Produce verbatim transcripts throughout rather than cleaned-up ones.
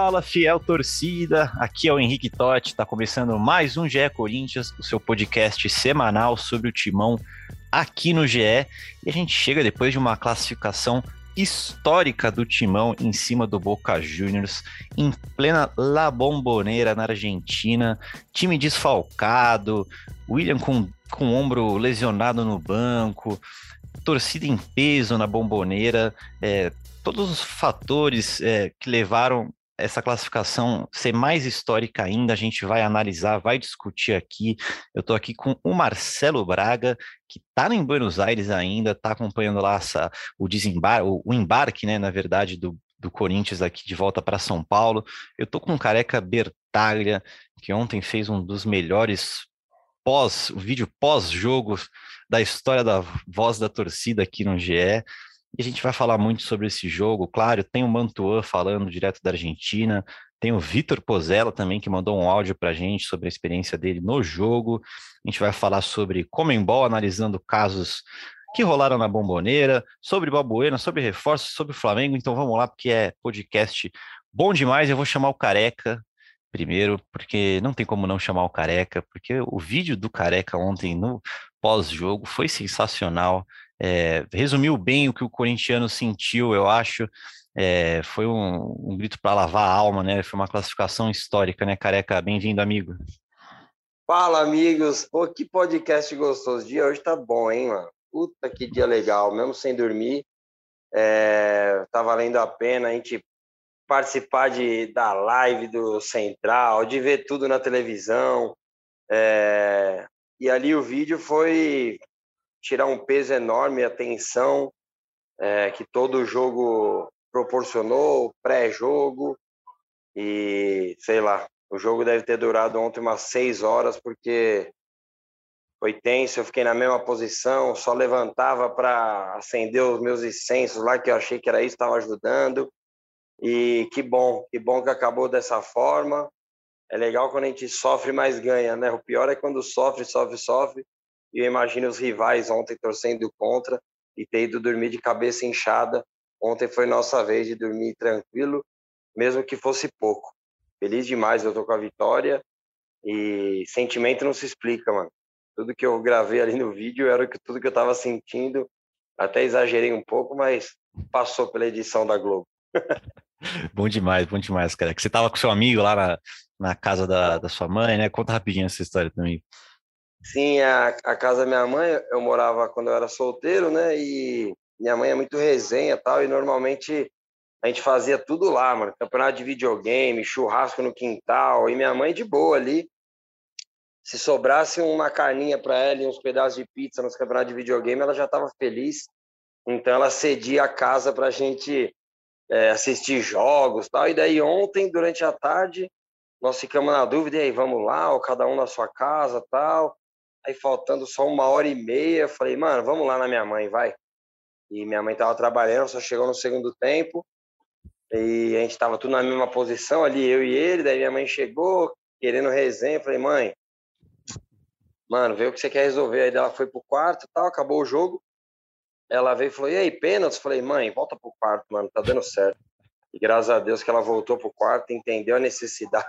Fala, fiel torcida, aqui é o Henrique Totti, está começando mais um G E Corinthians, o seu podcast semanal sobre o Timão aqui no G E, e a gente chega depois de uma classificação histórica do Timão em cima do Boca Juniors, em plena La Bombonera na Argentina, time desfalcado, William com, com o ombro lesionado no banco, torcida em peso na Bombonera, é, todos os fatores é, que levaram essa classificação ser mais histórica ainda, a gente vai analisar, vai discutir aqui. Eu estou aqui com o Marcelo Braga, que está em Buenos Aires ainda, está acompanhando lá essa, o desembarque, o, o embarque, né, na verdade, do, do Corinthians aqui de volta para São Paulo. Eu estou com o Careca Bertaglia, que ontem fez um dos melhores pós, o vídeo pós-jogo da história da Voz da Torcida aqui no G E. E a gente vai falar muito sobre esse jogo, claro, tem o Mantuan falando direto da Argentina, tem o Vitor Pozella também, que mandou um áudio para a gente sobre a experiência dele no jogo. A gente vai falar sobre Conmebol, analisando casos que rolaram na Bombonera, sobre Balbuena, sobre reforços, sobre o Flamengo. Então vamos lá, porque é podcast bom demais. Eu vou chamar o Careca primeiro, porque não tem como não chamar o Careca, porque o vídeo do Careca ontem no pós-jogo foi sensacional. É, resumiu bem o que o corintiano sentiu, eu acho. É, foi um, um grito para lavar a alma, né? Foi uma classificação histórica, né, Careca? Bem-vindo, amigo. Fala, amigos. Pô, que podcast gostoso. O dia hoje tá bom, hein, mano? Puta, que dia legal. Mesmo sem dormir, é, tá valendo a pena a gente participar de, da live do Central, de ver tudo na televisão. É, e ali o vídeo foi tirar um peso enorme, a tensão é, que todo o jogo proporcionou, pré-jogo, e sei lá, o jogo deve ter durado ontem umas seis horas, porque foi tenso, eu fiquei na mesma posição, só levantava para acender os meus incensos lá, que eu achei que era isso, estava ajudando, e que bom, que bom que acabou dessa forma. É legal quando a gente sofre, mas ganha, né? O pior é quando sofre, sofre, sofre. E eu imagino os rivais ontem torcendo contra e ter ido dormir de cabeça inchada. Ontem foi nossa vez de dormir tranquilo, mesmo que fosse pouco. Feliz demais, eu tô com a vitória. E sentimento não se explica, mano. Tudo que eu gravei ali no vídeo era tudo que eu tava sentindo. Até exagerei um pouco, mas passou pela edição da Globo. Bom demais, bom demais, cara. Que você tava com seu amigo lá na, na casa da, da sua mãe, né? Conta rapidinho essa história também. Sim, a, a casa da minha mãe, eu morava quando eu era solteiro, né? E minha mãe é muito resenha e tal, e normalmente a gente fazia tudo lá, mano. Campeonato de videogame, churrasco no quintal, e minha mãe de boa ali. Se sobrasse uma carninha para ela e uns pedaços de pizza nos campeonatos de videogame, ela já estava feliz. Então ela cedia a casa pra gente é, assistir jogos e tal. E daí ontem, durante a tarde, nós ficamos na dúvida, e aí, vamos lá, ou cada um na sua casa tal. Aí faltando só uma hora e meia, eu falei, mano, vamos lá na minha mãe, vai. E minha mãe tava trabalhando, só chegou no segundo tempo. E a gente tava tudo na mesma posição ali, eu e ele. Daí minha mãe chegou, querendo resenha. Eu falei, mãe, mano, vê o que você quer resolver. Aí ela foi pro quarto e tal, acabou o jogo. Ela veio e falou, e aí, pênalti? Eu falei, mãe, volta pro quarto, mano, tá dando certo. E graças a Deus que ela voltou pro quarto, entendeu a necessidade.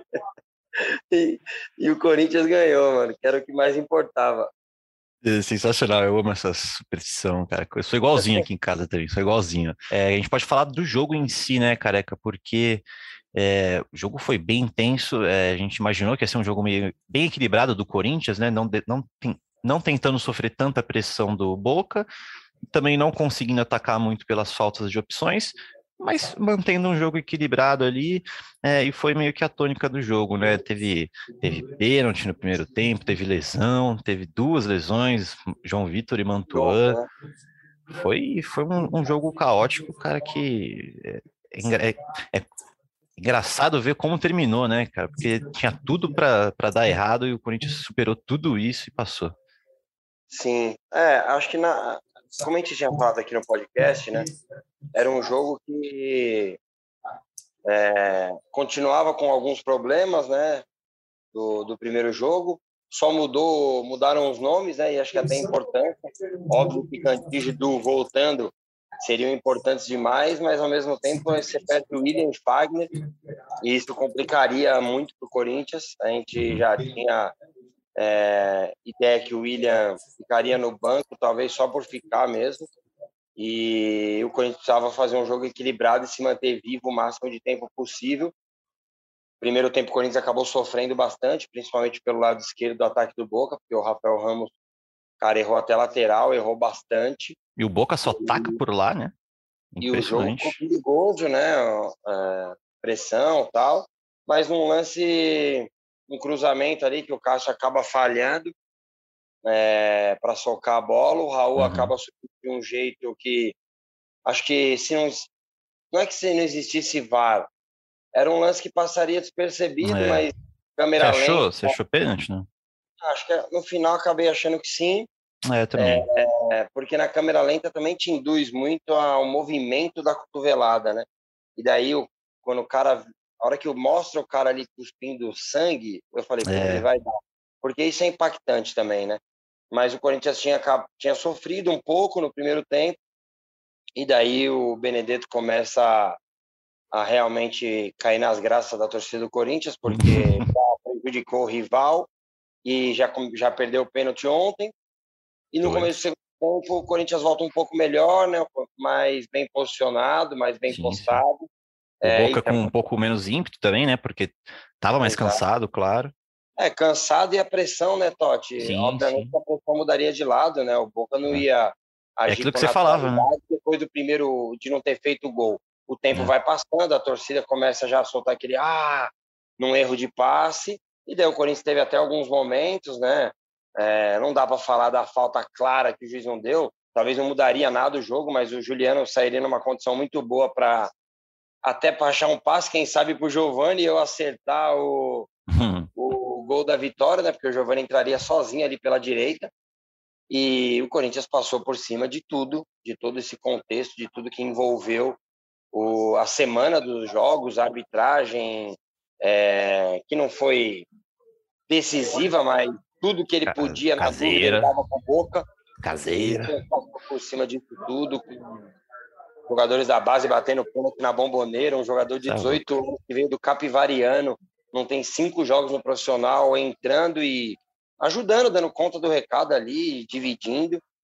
e, e o Corinthians ganhou, mano, que era o que mais importava. É sensacional, eu amo essa superstição, cara. Eu sou igualzinho aqui em casa também, sou igualzinho. É, a gente pode falar do jogo em si, né, Careca? Porque é, o jogo foi bem intenso, é, a gente imaginou que ia ser um jogo meio, bem equilibrado do Corinthians, né? Não, de- não, tem- não tentando sofrer tanta pressão do Boca, também não conseguindo atacar muito pelas faltas de opções, mas mantendo um jogo equilibrado ali, é, e foi meio que a tônica do jogo, né? Teve, teve pênalti no primeiro tempo, teve lesão, teve duas lesões, João Vitor e Mantuan. Pronto, né? Foi, foi um, um jogo caótico, cara, que é, é engra- é- é engraçado ver como terminou, né, cara? Porque tinha tudo para para dar errado e o Corinthians superou tudo isso e passou. Sim, é, acho que na, como a gente tinha falado aqui no podcast, né? Era um jogo que é, continuava com alguns problemas, né? Do, do primeiro jogo, só mudou, mudaram os nomes, né? E acho que até é importante. Óbvio que Cantígio voltando seriam importantes demais, mas ao mesmo tempo você perde o William Fagner, e isso complicaria muito para o Corinthians. A gente já tinha é, ideia que o William ficaria no banco, talvez só por ficar mesmo, e o Corinthians precisava fazer um jogo equilibrado e se manter vivo o máximo de tempo possível. Primeiro tempo o Corinthians acabou sofrendo bastante, principalmente pelo lado esquerdo do ataque do Boca, porque o Rafael Ramos, cara, errou até lateral, errou bastante. E o Boca só taca por lá, né? E o jogo ficou Impressionante. perigoso, né? É, pressão e tal. Mas num lance, um cruzamento ali que o Cássio acaba falhando é, para socar a bola, o Raul Uhum. acaba subindo de um jeito que acho que se não, não é que se não existisse V A R, era um lance que passaria despercebido, É. mas Você câmera lenta, achou? Você achou pênalti, né? acho que no final acabei achando que sim, É, também. é, porque na câmera lenta também te induz muito ao movimento da cotovelada, né? E daí, quando o cara, a hora que eu mostro o cara ali cuspindo sangue, eu falei, pô, ele É. vai dar. Porque isso é impactante também, né? Mas o Corinthians tinha, tinha sofrido um pouco no primeiro tempo, e daí o Benedetto começa a, a realmente cair nas graças da torcida do Corinthians, porque já prejudicou o rival e já, já perdeu o pênalti ontem. E no começo do Dois. segundo tempo, o Corinthians volta um pouco melhor, né? Mais bem posicionado, mais bem Sim, sim. postado. O É, Boca entra com um pouco menos ímpeto também, né? Porque tava mais Exato. cansado, claro. É, cansado e a pressão, né, Totti? Sim, Obviamente sim. a pressão mudaria de lado, né? O Boca não É, ia é agir aquilo que com você falava, né? naturalidade depois do primeiro, de não ter feito o gol. O tempo É. vai passando, a torcida começa já a soltar aquele ah, num erro de passe, e daí o Corinthians teve até alguns momentos, né? É, não dá para falar da falta clara que o juiz não deu, talvez não mudaria nada o jogo, mas o Juliano sairia numa condição muito boa para até para achar um passe, quem sabe para o Giovani e eu acertar o o gol da vitória, né? Porque o Giovani entraria sozinho ali pela direita e o Corinthians passou por cima de tudo, de todo esse contexto, de tudo que envolveu o, a semana dos jogos, a arbitragem, é, que não foi decisiva, mas tudo que ele podia, na dúvida, ele Caseira. dava com a boca. E o Caseira. Corinthians passou por cima disso tudo, com jogadores da base batendo pênalti na Bomboneira, um jogador de Você é dezoito louco. anos que veio do Capivariano, não tem cinco jogos no profissional, entrando e ajudando, dando conta do recado ali, dividindo.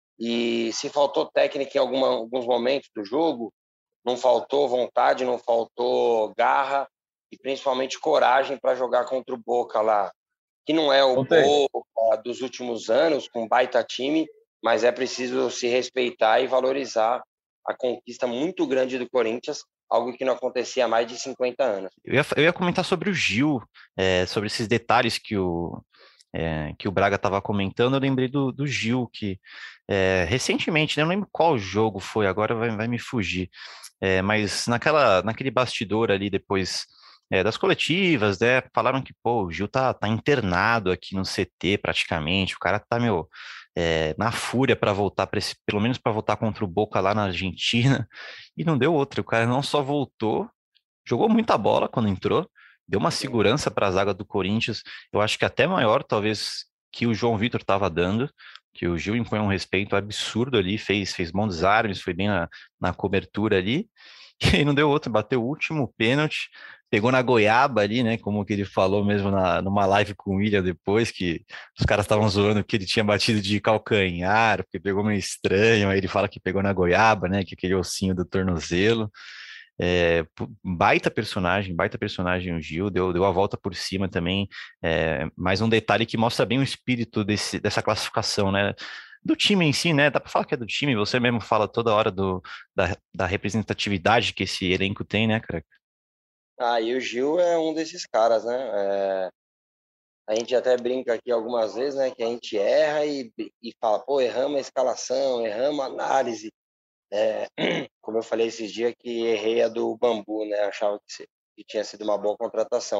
E se faltou técnica em alguma, alguns momentos do jogo, não faltou vontade, não faltou garra e principalmente coragem para jogar contra o Boca lá, que não é o Contei. Boca dos últimos anos, com um baita time, mas é preciso se respeitar e valorizar a conquista muito grande do Corinthians, algo que não acontecia há mais de cinquenta anos. Eu ia, eu ia comentar sobre o Gil, é, sobre esses detalhes que o, é, que o Braga estava comentando. Eu lembrei do, do Gil, que é, recentemente, né, eu não lembro qual jogo foi, agora vai, vai me fugir, é, mas naquela, naquele bastidor ali depois é, das coletivas, né, falaram que pô, o Gil tá, tá internado aqui no C T praticamente, o cara tá, meu, é, na fúria para voltar, pra esse, pelo menos para voltar contra o Boca lá na Argentina, e não deu outra, o cara não só voltou, jogou muita bola quando entrou, deu uma segurança para a zaga do Corinthians, eu acho que até maior, talvez, que o João Vitor estava dando, que o Gil impõe um respeito absurdo ali, fez, fez bons desarmes, foi bem na, na cobertura ali, e aí não deu outro, bateu o último pênalti, pegou na goiaba ali, né, como que ele falou mesmo na, numa live com o William depois, que os caras estavam zoando que ele tinha batido de calcanhar, porque pegou meio estranho, aí ele fala que pegou na goiaba, né, que é aquele ossinho do tornozelo. É, baita personagem, baita personagem o Gil, deu, deu a volta por cima também. É, mais um detalhe que mostra bem o espírito desse, dessa classificação, né? Do time em si, né? Dá para falar que é do time, você mesmo fala toda hora do, da, da representatividade que esse elenco tem, né, cara? Ah, e o Gil é um desses caras, né? É, a gente até brinca aqui algumas vezes, né? Que a gente erra e, e fala, pô, erramos a escalação, erramos a análise. É, como eu falei esses dias que errei a do Bambu, né? Achava que, se, que tinha sido uma boa contratação.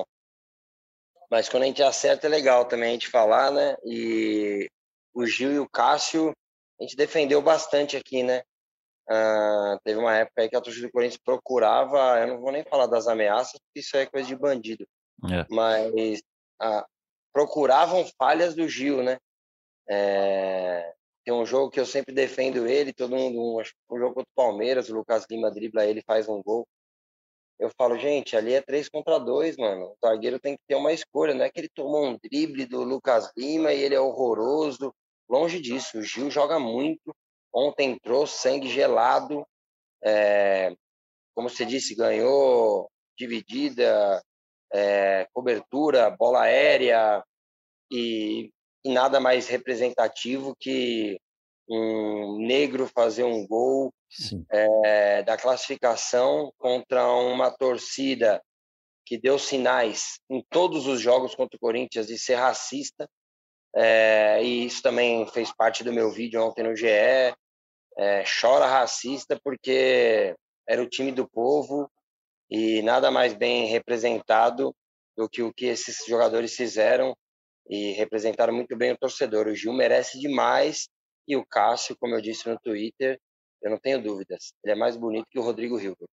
Mas quando a gente acerta é legal também a gente falar, né? E o Gil e o Cássio, a gente defendeu bastante aqui, né? Ah, teve uma época aí que a torcida do Corinthians procurava, eu não vou nem falar das ameaças, porque isso é coisa de bandido, É. mas ah, procuravam falhas do Gil, né? É, tem um jogo que eu sempre defendo ele, todo mundo, acho que um jogo contra o Palmeiras, o Lucas Lima dribla ele, faz um gol. Eu falo, gente, ali é três contra dois, mano. O zagueiro tem que ter uma escolha. Não é que ele tomou um drible do Lucas Lima e ele é horroroso. Longe disso. O Gil joga muito. Ontem entrou sangue gelado. É, como você disse, ganhou dividida, é, cobertura, bola aérea e, e nada mais representativo que um negro fazer um gol é, da classificação contra uma torcida que deu sinais em todos os jogos contra o Corinthians de ser racista, é, e isso também fez parte do meu vídeo ontem no G E, é, chora racista porque era o time do povo e nada mais bem representado do que o que esses jogadores fizeram e representaram muito bem o torcedor. O Gil merece demais e o Cássio, como eu disse no Twitter, eu não tenho dúvidas, ele é mais bonito que o Rodrigo Hilbert.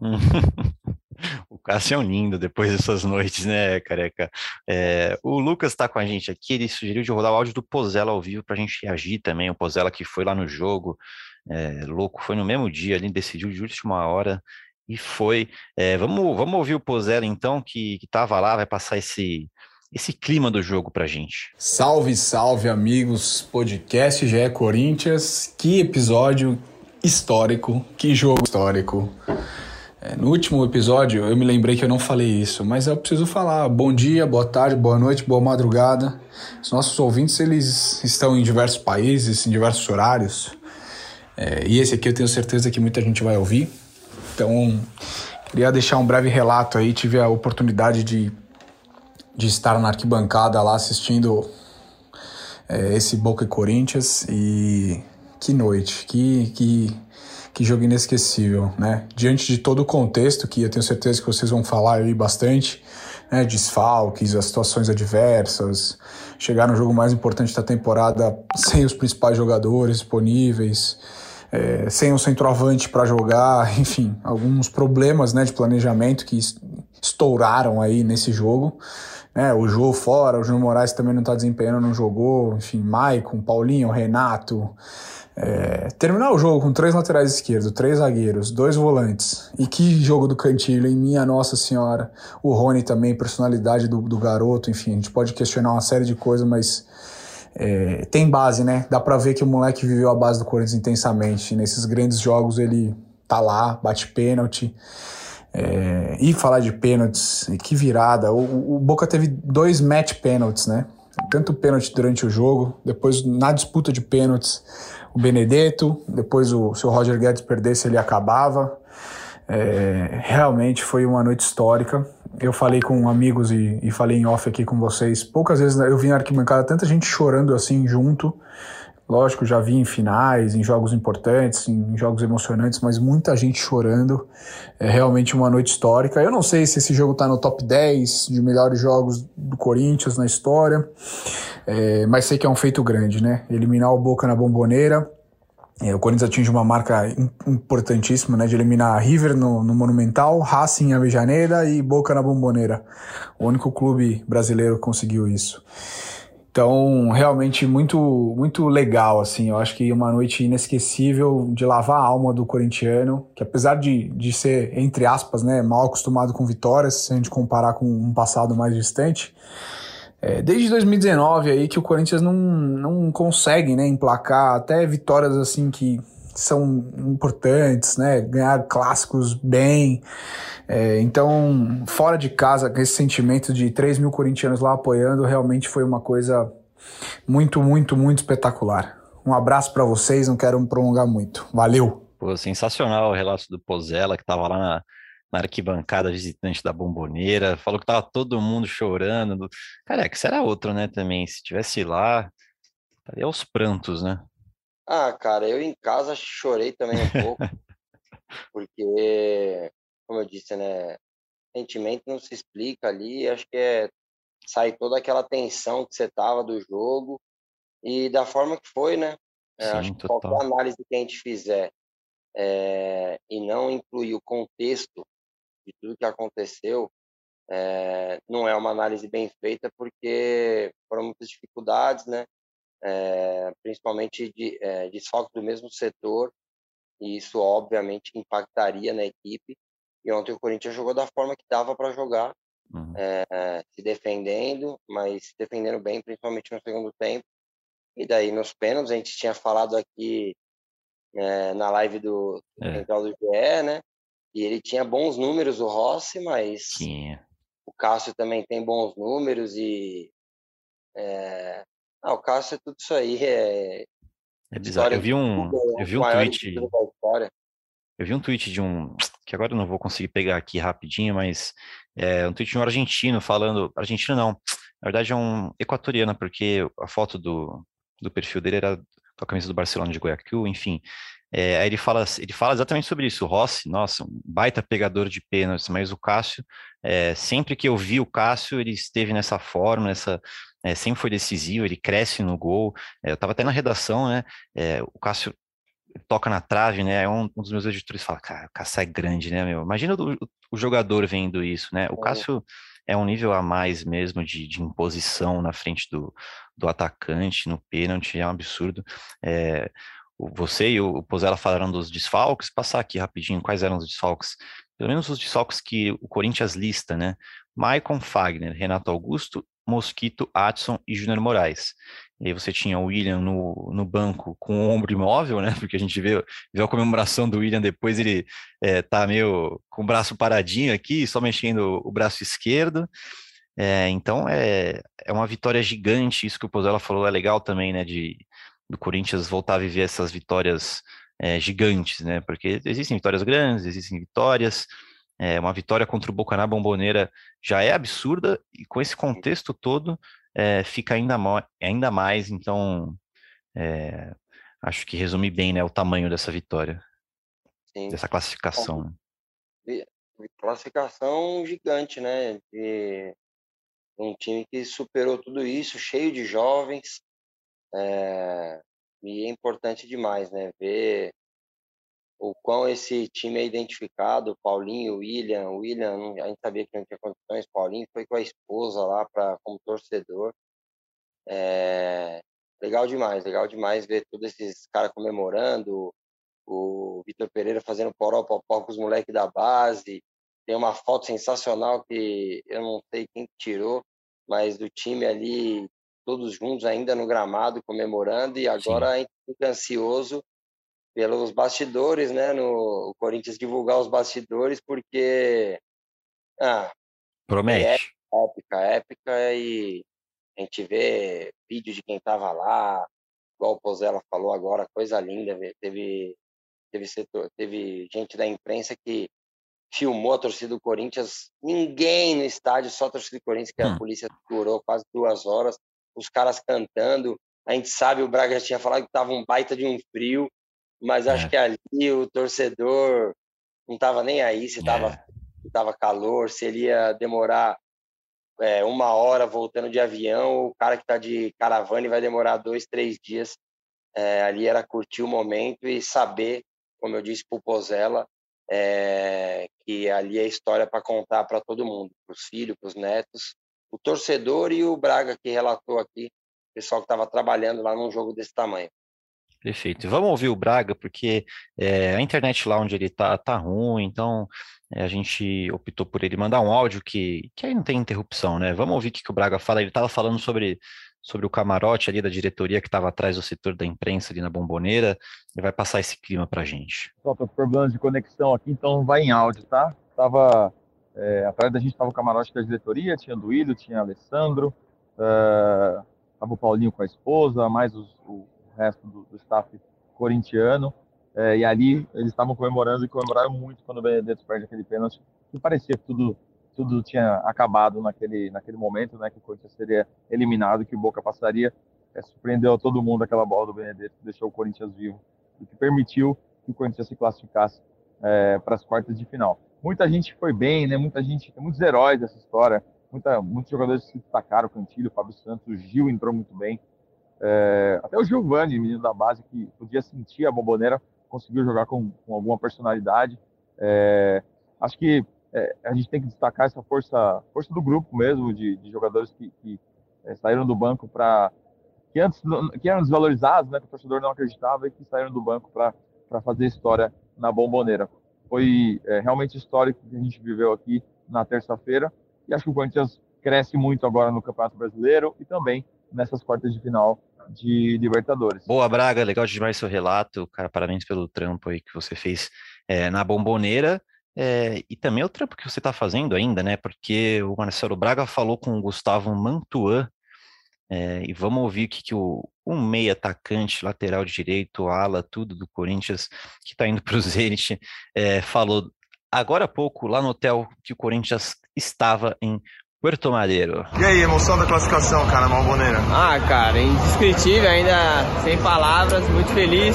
O Cássio é um lindo depois dessas noites, né, careca? É, o Lucas está com a gente aqui, ele sugeriu de rodar o áudio do Pozella ao vivo para a gente reagir também. O Pozella que foi lá no jogo, é, louco, foi no mesmo dia, ele decidiu de última hora e foi. É, vamos, vamos ouvir o Pozella então, que, que tava lá, vai passar esse, esse clima do jogo pra gente. Salve, salve, amigos, podcast G E Corinthians, que episódio histórico, que jogo histórico. É, no último episódio eu me lembrei que eu não falei isso, mas eu preciso falar. Bom dia, boa tarde, boa noite, boa madrugada. Os nossos ouvintes, eles estão em diversos países, em diversos horários, é, e esse aqui eu tenho certeza que muita gente vai ouvir. Então, queria deixar um breve relato aí. Tive a oportunidade de, de estar na arquibancada lá assistindo é, esse Boca e Corinthians, e que noite, que... que Que jogo inesquecível, né? Diante de todo o contexto, que eu tenho certeza que vocês vão falar aí bastante, né? Desfalques, as situações adversas, chegar no jogo mais importante da temporada sem os principais jogadores disponíveis, é, sem um centroavante para jogar, enfim, alguns problemas, né, de planejamento que estouraram aí nesse jogo. É, o Jô fora, o Júnior Moraes também não está desempenhando, não jogou, enfim, Maicon, Paulinho, Renato. É, terminar o jogo com três laterais esquerdos, três zagueiros, dois volantes. E que jogo do Cantilho, hein? Minha Nossa Senhora. O Rony também, personalidade do, do garoto, enfim, a gente pode questionar uma série de coisas, mas é, tem base, né? Dá pra ver que o moleque viveu a base do Corinthians intensamente. Nesses grandes jogos ele tá lá, bate pênalti. É, e falar de pênaltis, que virada. O, o Boca teve dois match pênaltis, né? Tanto pênalti durante o jogo, depois na disputa de pênaltis, o Benedetto, depois o, se o Roger Guedes perdesse ele acabava. É, realmente foi uma noite histórica. Eu falei com amigos e, e falei em off aqui com vocês, poucas vezes eu vi na arquibancada tanta gente chorando assim junto. Lógico, já vi em finais, em jogos importantes, em jogos emocionantes, mas muita gente chorando. É realmente uma noite histórica. Eu não sei se esse jogo está no top dez de melhores jogos do Corinthians na história, é, mas sei que é um feito grande, né? Eliminar o Boca na Bomboneira. É, o Corinthians atinge uma marca importantíssima, né, de eliminar a River no, no Monumental, Racing em Avejaneda e Boca na Bomboneira. O único clube brasileiro que conseguiu isso. Então, realmente muito, muito legal, assim. Eu acho que uma noite inesquecível de lavar a alma do corintiano, que apesar de, de ser, entre aspas, né, mal acostumado com vitórias, se a gente comparar com um passado mais distante, é, desde dois mil e dezenove aí que o Corinthians não, não consegue, né, emplacar até vitórias assim que são importantes, né, ganhar clássicos bem. É, então, fora de casa, esse sentimento de três mil corintianos lá apoiando, realmente foi uma coisa muito, muito, muito espetacular. Um abraço para vocês, não quero me prolongar muito. Valeu! Pô, sensacional o relato do Pozella, que estava lá na, na arquibancada visitante da Bomboneira, falou que tava todo mundo chorando. Cara, é que será outro, né, também. Se tivesse lá, estaria aos prantos, né? Ah, cara, eu em casa chorei também um pouco, porque, como eu disse, né, sentimento não se explica ali, acho que é sai toda aquela tensão que você tava do jogo e da forma que foi, né? É, acho Sim, que qualquer total. análise que a gente fizer é, e não incluir o contexto de tudo que aconteceu, é, não é uma análise bem feita porque foram muitas dificuldades, né? é, principalmente de é, desfalques do mesmo setor, e isso obviamente impactaria na equipe. E ontem o Corinthians jogou da forma que dava para jogar, Uhum. é, se defendendo, mas se defendendo bem, principalmente no segundo tempo. E daí nos pênaltis, a gente tinha falado aqui é, na live do, do É, Central do G E, né? E ele tinha bons números, o Rossi, mas tinha. o Cássio também tem bons números e... É... Ah, o Cássio é tudo isso aí, é É bizarro. história Eu de vi um, título, é eu um vi dos um maiores tweet, títulos da história. eu vi um tweet de um, que agora eu não vou conseguir pegar aqui rapidinho, mas é um tweet de um argentino falando, argentino não, na verdade é um equatoriano, porque a foto do, do perfil dele era com a camisa do Barcelona de Guayaquil, enfim. É, aí ele fala, ele fala exatamente sobre isso. O Rossi, nossa, um baita pegador de pênaltis, mas o Cássio, é, sempre que eu vi o Cássio, ele esteve nessa forma, nessa, é, sempre foi decisivo, ele cresce no gol. É, eu estava até na redação, né? É, o Cássio toca na trave, né? Um, um dos meus editores fala, cara, o Cássio é grande, né, meu? Imagina o, o jogador vendo isso, né? O Cássio é um nível a mais mesmo de, de imposição na frente do, do atacante, no pênalti, é um absurdo. É, você e o Pozella falaram dos desfalques, passar aqui rapidinho quais eram os desfalques, pelo menos os desfalques que o Corinthians lista, né? Maicon, Fagner, Renato Augusto, Mosquito, Adson e Júnior Moraes. E aí você tinha o William no, no banco com o ombro imóvel, né? Porque a gente vê, vê a comemoração do William depois, ele é, tá meio com o braço paradinho aqui, só mexendo o braço esquerdo. É, então é, é uma vitória gigante, isso que o Pozella falou é legal também, né? De, do Corinthians voltar a viver essas vitórias é, gigantes, né? Porque existem vitórias grandes, existem vitórias. É, uma vitória contra o Boca na Bomboneira já é absurda, e com esse contexto todo é, fica ainda, mo- ainda mais. Então, é, acho que resume bem, né, o tamanho dessa vitória, Sim. dessa classificação, né? E- e classificação gigante, né? De um time que superou tudo isso, cheio de jovens, é, e é importante demais, né? Ver o quão esse time é identificado, Paulinho, William, William, não- a gente sabia que não tinha condições, Paulinho foi com a esposa lá para como torcedor. É, legal demais, legal demais ver todos esses caras comemorando, o Vitor Pereira fazendo poró-popó com os moleques da base. Tem uma foto sensacional que eu não sei quem tirou, mas do time ali, todos juntos ainda no gramado, comemorando, e agora Sim, a gente fica ansioso pelos bastidores, né? No o Corinthians divulgar os bastidores, porque ah, foi promete. épica, épica, e a gente vê vídeo de quem estava lá, igual o Pozella falou agora, coisa linda. Teve, teve, setor, teve gente da imprensa que filmou a torcida do Corinthians, ninguém no estádio, só a torcida do Corinthians, que a Hum, polícia segurou quase duas horas, os caras cantando. A gente sabe, o Braga já tinha falado que estava um baita de um frio, mas acho é, que ali o torcedor não estava nem aí se estava é, se tava calor, se ele ia demorar é, uma hora voltando de avião, o cara que está de caravana vai demorar dois, três dias. É, ali era curtir o momento e saber, como eu disse para o Pozella, é, que ali é história para contar para todo mundo, para os filhos, para os netos, o torcedor e o Braga que relatou aqui, o pessoal que estava trabalhando lá num jogo desse tamanho. perfeito. Vamos ouvir o Braga, porque é, a internet lá onde ele tá, tá ruim, então é, a gente optou por ele mandar um áudio que, que aí não tem interrupção, né? Vamos ouvir o que, que o Braga fala. Ele estava falando sobre, sobre o camarote ali da diretoria que estava atrás do setor da imprensa ali na Bomboneira, e vai passar esse clima pra gente. Só tô com problemas de conexão aqui, então vai em áudio, tá? Tava, é, atrás da gente tava o camarote da diretoria, tinha Duílio, tinha Alessandro, é, tava o Paulinho com a esposa, mais os, o resto do, do staff corintiano, é, e ali eles estavam comemorando e comemoraram muito quando o Benedetto perde aquele pênalti, que parecia que tudo, tudo tinha acabado naquele, naquele momento, né, que o Corinthians seria eliminado, que o Boca passaria. É, surpreendeu a todo mundo aquela bola do Benedetto, que deixou o Corinthians vivo e que permitiu que o Corinthians se classificasse é, para as quartas de final. Muita gente foi bem, né? Muita gente, tem muitos heróis dessa história, muita, muitos jogadores que se destacaram, o Cantilho, o Fábio Santos, o Gil entrou muito bem. É, até o Giovani, menino da base, que podia sentir a Bomboneira, conseguiu jogar com, com alguma personalidade. É, acho que é, a gente tem que destacar essa força, força do grupo mesmo, de, de jogadores que, que é, saíram do banco para que antes que eram desvalorizados, né, que o torcedor não acreditava e que saíram do banco para fazer história na Bombonera. Foi é, realmente histórico que a gente viveu aqui na terça-feira e acho que o Corinthians cresce muito agora no Campeonato Brasileiro e também nessas quartas de final de Libertadores. Boa, Braga, legal demais seu relato, cara, parabéns pelo trampo aí que você fez é, na Bombonera. É, e também o trampo que você está fazendo ainda, né? Porque o Marcelo Braga falou com o Gustavo Mantuan. É, e vamos ouvir o que, que o um meia atacante, lateral direito, ala, tudo do Corinthians, que está indo para o Zenit, é, falou agora há pouco lá no hotel que o Corinthians estava em Puerto Madero. E aí, emoção da classificação, cara, na Bombonera? Ah, cara, indescritível, ainda sem palavras, muito feliz.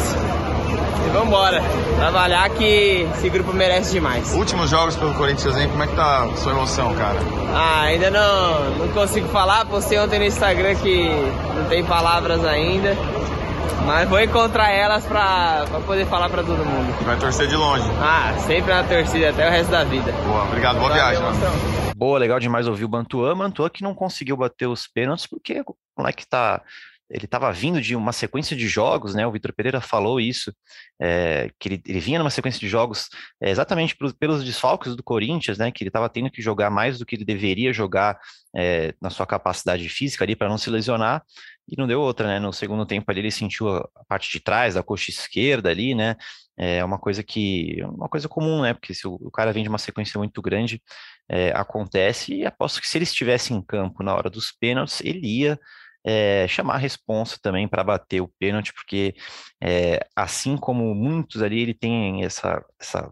E vambora, trabalhar que esse grupo merece demais. Últimos jogos pelo Corinthians, hein? Como é que tá a sua emoção, cara? Ah, ainda não, não consigo falar, postei ontem no Instagram que não tem palavras ainda. Mas vou encontrar elas pra, pra poder falar pra todo mundo. Vai torcer de longe. Ah, sempre na torcida, até o resto da vida. Boa, obrigado, boa viagem. Boa, legal demais ouvir o Mantuan. Mantuan que não conseguiu bater os pênaltis porque o moleque tá... Ele estava vindo de uma sequência de jogos, né? O Vitor Pereira falou isso, é, que ele, ele vinha numa sequência de jogos é, exatamente pelos, pelos desfalques do Corinthians, né? Que ele estava tendo que jogar mais do que ele deveria jogar é, na sua capacidade física ali para não se lesionar, e não deu outra, né? No segundo tempo ali ele sentiu a, a parte de trás da coxa esquerda ali, né? É uma coisa que uma coisa comum, né? Porque se o, o cara vem de uma sequência muito grande, é, acontece, e aposto que se ele estivesse em campo na hora dos pênaltis, ele ia É, chamar a responsa também para bater o pênalti, porque é, assim como muitos ali, ele tem essa, essa,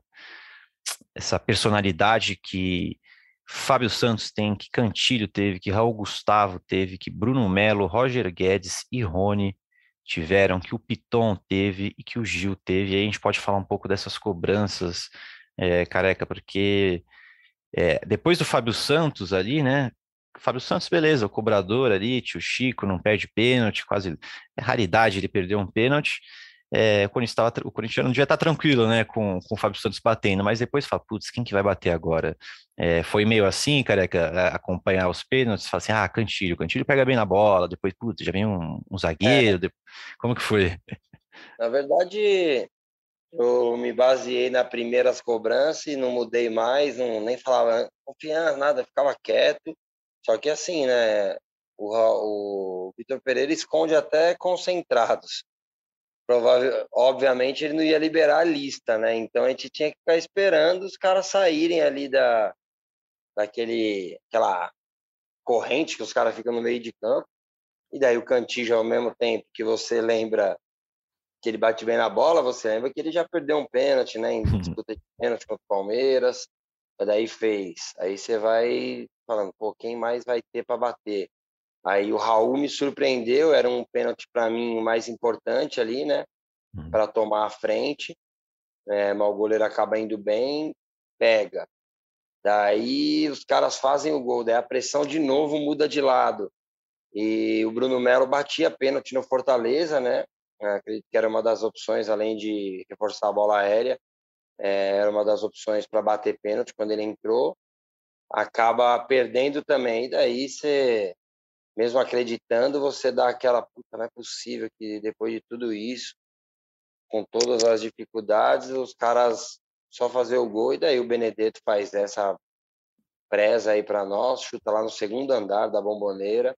essa personalidade que Fábio Santos tem, que Cantilho teve, que Raul Gustavo teve, que Bruno Melo, Roger Guedes e Rony tiveram, que o Piton teve e que o Gil teve. E aí a gente pode falar um pouco dessas cobranças, é, Careca, porque é, depois do Fábio Santos ali, né? Fábio Santos, beleza, o cobrador ali, tio Chico, não perde pênalti, quase é raridade ele perder um pênalti. É, o, Corinthians tava, o corintiano devia estar tranquilo, né, com, com o Fábio Santos batendo, mas depois fala, putz, quem que vai bater agora? É, foi meio assim, Careca, acompanhar os pênaltis, fala assim, ah, Cantilho, Cantilho pega bem na bola, depois, putz, já vem um, um zagueiro, é. depois, como que foi? Na verdade, eu me baseei nas primeiras cobranças e não mudei mais, não, nem falava confiança, nada, ficava quieto. Só que assim, né, o, o Vitor Pereira esconde até concentrados. Provável, obviamente ele não ia liberar a lista, né? Então a gente tinha que ficar esperando os caras saírem ali da, daquele, aquela corrente que os caras ficam no meio de campo. E daí o Cantillo, ao mesmo tempo que você lembra que ele bate bem na bola, você lembra que ele já perdeu um pênalti, né? Em disputa de pênalti contra o Palmeiras. Daí fez. Aí você vai falando, pô, quem mais vai ter para bater? Aí o Raul me surpreendeu, era um pênalti para mim mais importante ali, né? Para tomar a frente. É, mas o goleiro acaba indo bem, pega. Daí os caras fazem o gol, daí a pressão de novo muda de lado. E o Bruno Melo batia pênalti no Fortaleza, né? Acredito que era uma das opções, além de reforçar a bola aérea. É, era uma das opções para bater pênalti quando ele entrou. Acaba perdendo também, e daí você, mesmo acreditando, você dá aquela, puta, não é possível que depois de tudo isso, com todas as dificuldades, os caras só fazer o gol, e daí o Benedetto faz essa presa aí para nós, chuta lá no segundo andar da Bombonera,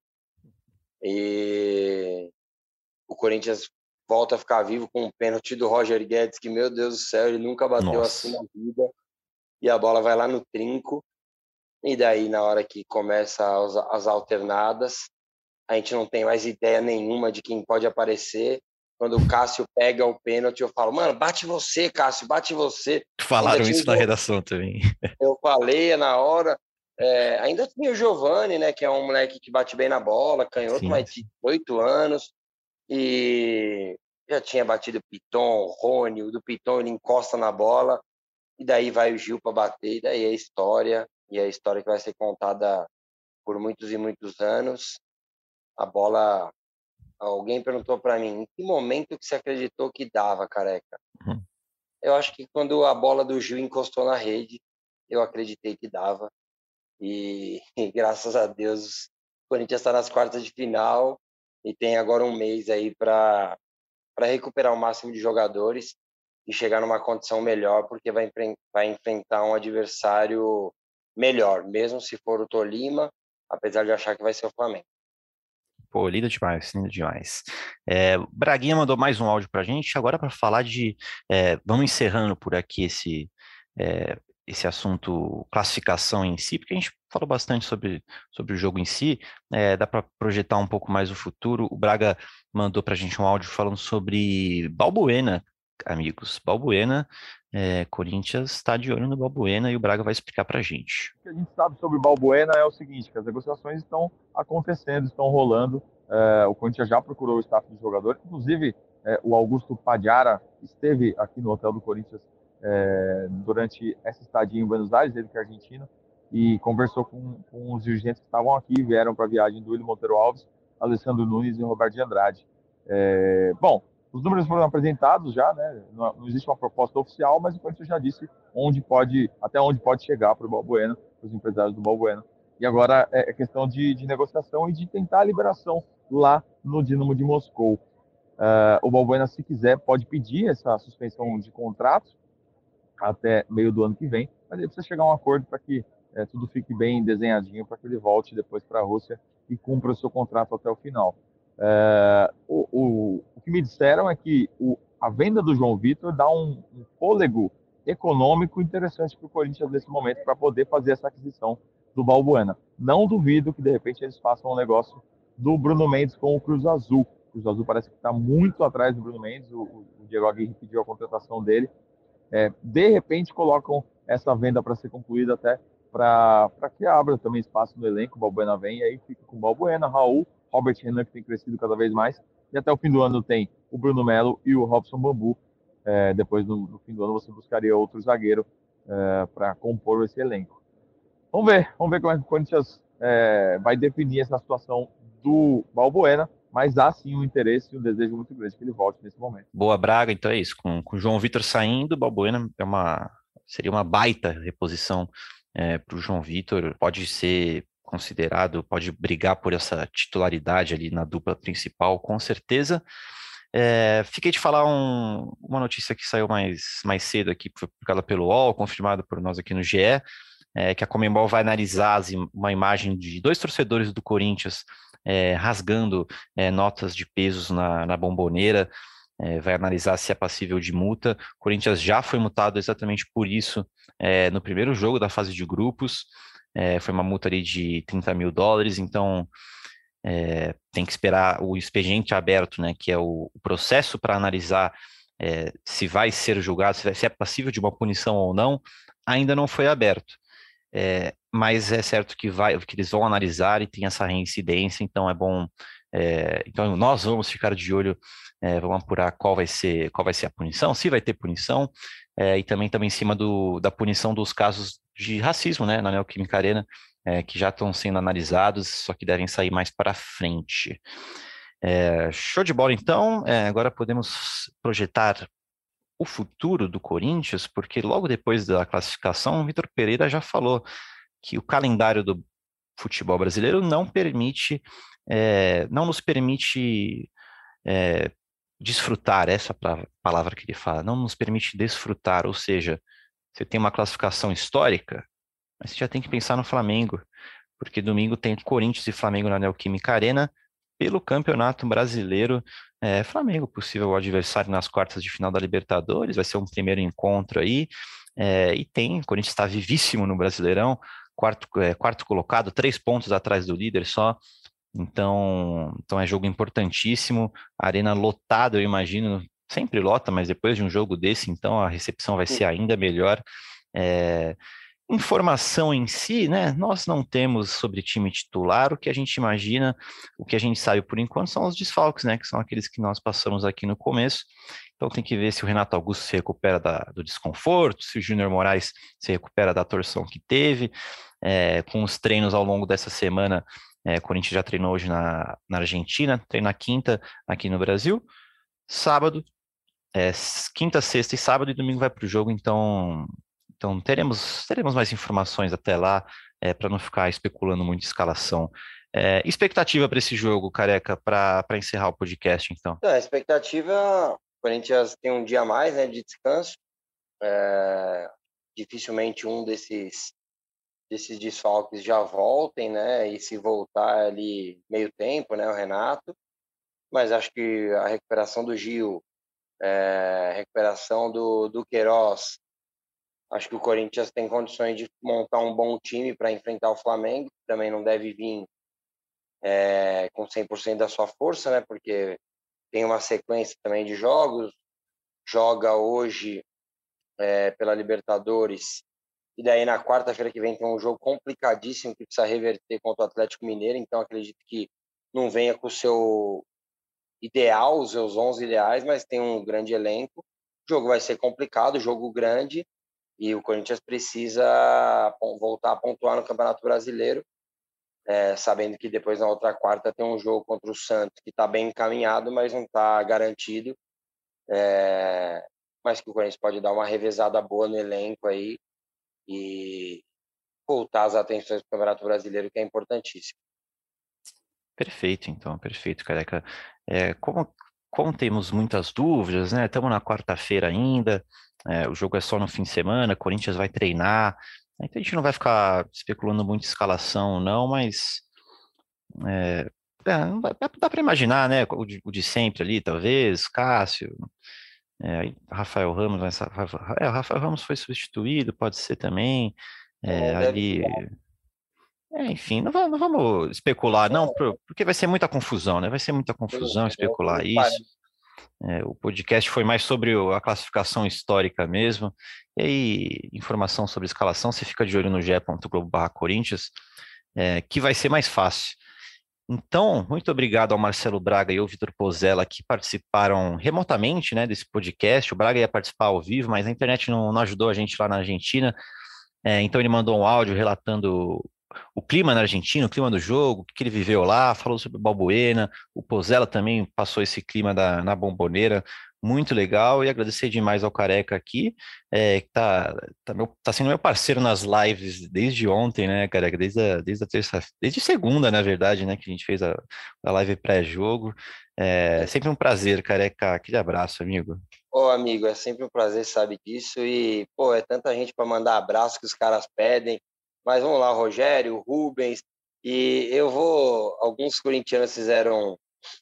e o Corinthians volta a ficar vivo com um pênalti do Roger Guedes, que, meu Deus do céu, ele nunca bateu Nossa. assim na vida, e a bola vai lá no trinco. E daí, na hora que começa as, as alternadas, a gente não tem mais ideia nenhuma de quem pode aparecer. Quando o Cássio pega o pênalti, eu falo, mano, bate você, Cássio, bate você. Falaram isso tinha... na redação também. Eu falei na hora. É, ainda tinha o Giovani, né, que é um moleque que bate bem na bola, canhoto, Sim. mas de oito anos. E já tinha batido o Piton, o Rony, o do Piton ele encosta na bola. E daí vai o Gil para bater, e daí é história. E é a história que vai ser contada por muitos e muitos anos. A bola... Alguém perguntou para mim, em que momento que você acreditou que dava, Careca? Uhum. Eu acho que quando a bola do Gil encostou na rede, eu acreditei que dava. E, e graças a Deus, o Corinthians está nas quartas de final. e tem agora um mês aí para para recuperar o máximo de jogadores e chegar numa condição melhor, porque vai, vai enfrentar um adversário melhor, mesmo se for o Tolima, apesar de achar que vai ser o Flamengo. Pô, lindo demais, lindo demais. É, o Braguinha mandou mais um áudio pra gente, agora para falar de... É, vamos encerrando por aqui esse, é, esse assunto classificação em si, porque a gente falou bastante sobre, sobre o jogo em si, é, dá para projetar um pouco mais o futuro. O Braga mandou pra gente um áudio falando sobre Balbuena, amigos. Balbuena, é, Corinthians está de olho no Balbuena e o Braga vai explicar pra gente. O que a gente sabe sobre o Balbuena é o seguinte, que as negociações estão acontecendo, estão rolando. É, o Corinthians já procurou o staff de jogador, inclusive é, o Augusto Padiara esteve aqui no hotel do Corinthians é, durante essa estadia em Buenos Aires, ele que é argentino, e conversou com, com os dirigentes que estavam aqui, vieram para a viagem do Willian Monteiro Alves, Alessandro Nunes e Roberto de Andrade. É, bom, os números foram apresentados já, né? Não, não existe uma proposta oficial, mas o Corinthians já disse onde pode, até onde pode chegar para o Balbuena, para os empresários do Balbuena. E agora é questão de, de negociação e de tentar a liberação lá no Dinamo de Moscou. Uh, o Balbuena, se quiser, pode pedir essa suspensão de contrato até meio do ano que vem, mas ele precisa chegar a um acordo para que é, tudo fique bem desenhadinho, para que ele volte depois para a Rússia e cumpra o seu contrato até o final. É, o, o, o que me disseram é que o, a venda do João Vitor dá um, um fôlego econômico interessante para o Corinthians nesse momento para poder fazer essa aquisição do Balbuena. Não duvido que de repente eles façam um negócio do Bruno Mendes com o Cruz Azul. O Cruz Azul parece que está muito atrás do Bruno Mendes, o, o Diego Aguirre pediu a contratação dele. É, de repente colocam essa venda para ser concluída até para que abra também espaço no elenco, o Balbuena vem, e aí fica com o Balbuena, Raul, Robert Renan, que tem crescido cada vez mais, e até o fim do ano tem o Bruno Melo e o Robson Bambu. É, depois, no, no fim do ano, você buscaria outro zagueiro é, para compor esse elenco. Vamos ver, vamos ver como é que o Corinthians é, vai definir essa situação do Balbuena, mas há sim um interesse e um desejo muito grande que ele volte nesse momento. Boa, Braga, então é isso, com, com o João Vitor saindo, o Balbuena é uma, seria uma baita reposição é, para o João Vitor, pode ser considerado, pode brigar por essa titularidade ali na dupla principal, com certeza. É, fiquei de falar um, uma notícia que saiu mais, mais cedo aqui, foi publicada pelo U O L, confirmada por nós aqui no G E, é, que a Conmebol vai analisar as, uma imagem de dois torcedores do Corinthians é, rasgando é, notas de pesos na, na Bombonera, é, vai analisar se é passível de multa. O Corinthians já foi multado exatamente por isso é, no primeiro jogo da fase de grupos, é, foi uma multa ali de trinta mil dólares, então é, tem que esperar o expediente aberto, né, que é o, o processo para analisar é, se vai ser julgado, se, vai, se é passível de uma punição ou não, ainda não foi aberto. É, mas é certo que, vai, que eles vão analisar e tem essa reincidência, então é bom. É, então nós vamos ficar de olho, é, vamos apurar qual vai ser, qual vai ser a punição, se vai ter punição, é, e também estamos em cima do, da punição dos casos de racismo, né, na Neoquímica Arena, é, que já estão sendo analisados, só que devem sair mais para frente. É, show de bola, então. É, agora podemos projetar o futuro do Corinthians, porque logo depois da classificação, o Vitor Pereira já falou que o calendário do futebol brasileiro não permite, é, não nos permite é, desfrutar, essa é a palavra que ele fala, não nos permite desfrutar, ou seja, você tem uma classificação histórica, mas você já tem que pensar no Flamengo, porque domingo tem Corinthians e Flamengo na Neoquímica Arena, pelo Campeonato Brasileiro. É, Flamengo, possível adversário nas quartas de final da Libertadores, vai ser um primeiro encontro aí, é, e tem, o Corinthians está vivíssimo no Brasileirão, quarto, é, quarto colocado, três pontos atrás do líder só, então, então é jogo importantíssimo, arena lotada, eu imagino, sempre lota, mas depois de um jogo desse, então a recepção vai ser ainda melhor. É, informação em si, né? Nós não temos sobre time titular, o que a gente imagina, o que a gente sabe por enquanto são os desfalques, né? Que são aqueles que nós passamos aqui no começo. Então tem que ver se o Renato Augusto se recupera da, do desconforto, se o Júnior Moraes se recupera da torção que teve. É, com os treinos ao longo dessa semana, é, o Corinthians já treinou hoje na, na Argentina, treina quinta aqui no Brasil. Sábado, é, quinta, sexta e sábado e domingo vai para o jogo, então... Então, teremos, teremos mais informações até lá, é, para não ficar especulando muito escalação. É, expectativa para esse jogo, Careca, para encerrar o podcast, então. Então, a expectativa, o Corinthians tem um dia a mais, né, de descanso. É, dificilmente um desses, desses desfalques já voltem, né? E se voltar ali meio tempo, né? O Renato. Mas acho que a recuperação do Gil, é, a recuperação do, do Queiroz, acho que o Corinthians tem condições de montar um bom time para enfrentar o Flamengo. Também não deve vir é, com cem por cento da sua força, né? Porque tem uma sequência também de jogos. Joga hoje é, pela Libertadores. E daí na quarta-feira que vem tem um jogo complicadíssimo que precisa reverter contra o Atlético Mineiro. Então acredito que não venha com o seu ideal, os seus onze ideais, mas tem um grande elenco. O jogo vai ser complicado, jogo grande. E o Corinthians precisa voltar a pontuar no Campeonato Brasileiro, é, sabendo que depois na outra quarta tem um jogo contra o Santos que está bem encaminhado, mas não está garantido. É, mas que o Corinthians pode dar uma revezada boa no elenco aí e voltar as atenções para o Campeonato Brasileiro, que é importantíssimo. Perfeito, então, perfeito, Careca. É, como, como temos muitas dúvidas, né? Estamos na quarta-feira ainda, é, o jogo é só no fim de semana, Corinthians vai treinar, então a gente não vai ficar especulando muito escalação, não, mas é, é, não vai, dá para imaginar, né? O de, o de sempre ali, talvez, Cássio, é, Rafael Ramos, mas, é, o Rafael Ramos foi substituído, pode ser também, é, É, ali. É, enfim, não vamos, não vamos especular, não, porque vai ser muita confusão, né? Vai ser muita confusão especular isso. É, o podcast foi mais sobre a classificação histórica mesmo. E aí, informação sobre escalação, você fica de olho no ge ponto globo barra Corinthians, é, que vai ser mais fácil. Então, muito obrigado ao Marcelo Braga e ao Vitor Pozella, que participaram remotamente, né, desse podcast. O Braga ia participar ao vivo, mas a internet não, não ajudou a gente lá na Argentina. É, então ele mandou um áudio relatando o clima na Argentina, o clima do jogo, o que ele viveu lá, falou sobre o Balbuena, o Pozella também passou esse clima da, na Bombonera, muito legal, e agradecer demais ao Careca aqui, é, que tá, tá, meu, tá sendo meu parceiro nas lives desde ontem, né, Careca, desde a, desde a terça, desde segunda, na verdade, né, que a gente fez a, a live pré-jogo. É sempre um prazer, Careca, aquele abraço, amigo. Ô, amigo, é sempre um prazer, sabe disso, e, pô, é tanta gente para mandar abraço que os caras pedem. Mas vamos lá, Rogério, Rubens, e eu vou... Alguns corintianos fizeram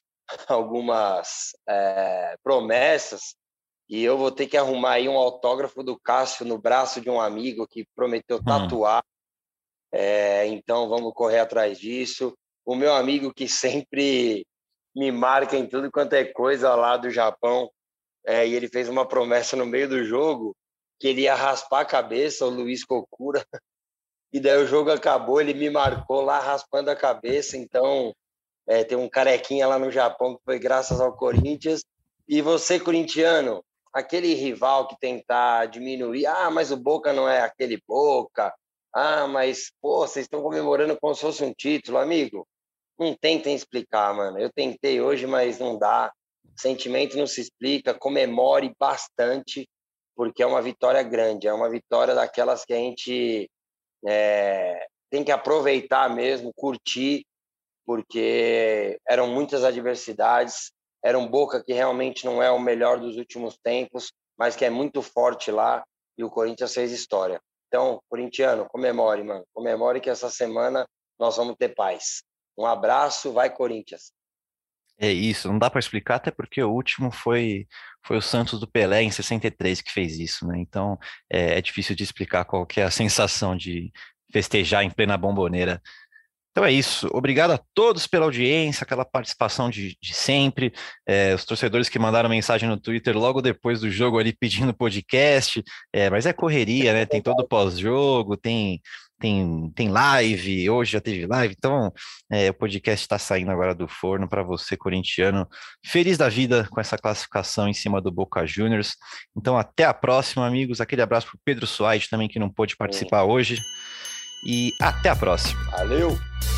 algumas é, promessas e eu vou ter que arrumar aí um autógrafo do Cássio no braço de um amigo que prometeu tatuar. Hum. É, então vamos correr atrás disso. O meu amigo que sempre me marca em tudo quanto é coisa lá do Japão, é, e ele fez uma promessa no meio do jogo que ele ia raspar a cabeça, o Luiz Kokura. E daí o jogo acabou, ele me marcou lá raspando a cabeça. Então, é, tem um carequinha lá no Japão que foi graças ao Corinthians. E você, corintiano, aquele rival que tentar diminuir, ah, mas o Boca não é aquele Boca, ah, mas, pô, vocês estão comemorando como se fosse um título, amigo. Não tentem explicar, mano. Eu tentei hoje, mas não dá. Sentimento não se explica. Comemore bastante, porque é uma vitória grande, é uma vitória daquelas que a gente... É, tem que aproveitar mesmo, curtir, porque eram muitas adversidades, era um Boca que realmente não é o melhor dos últimos tempos, mas que é muito forte lá, e o Corinthians fez história. Então, corintiano, comemore, mano, comemore que essa semana nós vamos ter paz. Um abraço, vai Corinthians. É isso, não dá para explicar, até porque o último foi, foi o Santos do Pelé em sessenta e três que fez isso, né? Então é, é difícil de explicar qual que é a sensação de festejar em plena Bombonera. Então é isso, obrigado a todos pela audiência, aquela participação de, de sempre, é, os torcedores que mandaram mensagem no Twitter logo depois do jogo ali pedindo podcast, é, mas é correria, né? Tem todo pós-jogo, tem... Tem, tem live, hoje já teve live, então é, o podcast está saindo agora do forno para você, corintiano, feliz da vida com essa classificação em cima do Boca Juniors. Então até a próxima, amigos, aquele abraço para o Pedro Suaide também, que não pôde participar hoje, e até a próxima. Valeu!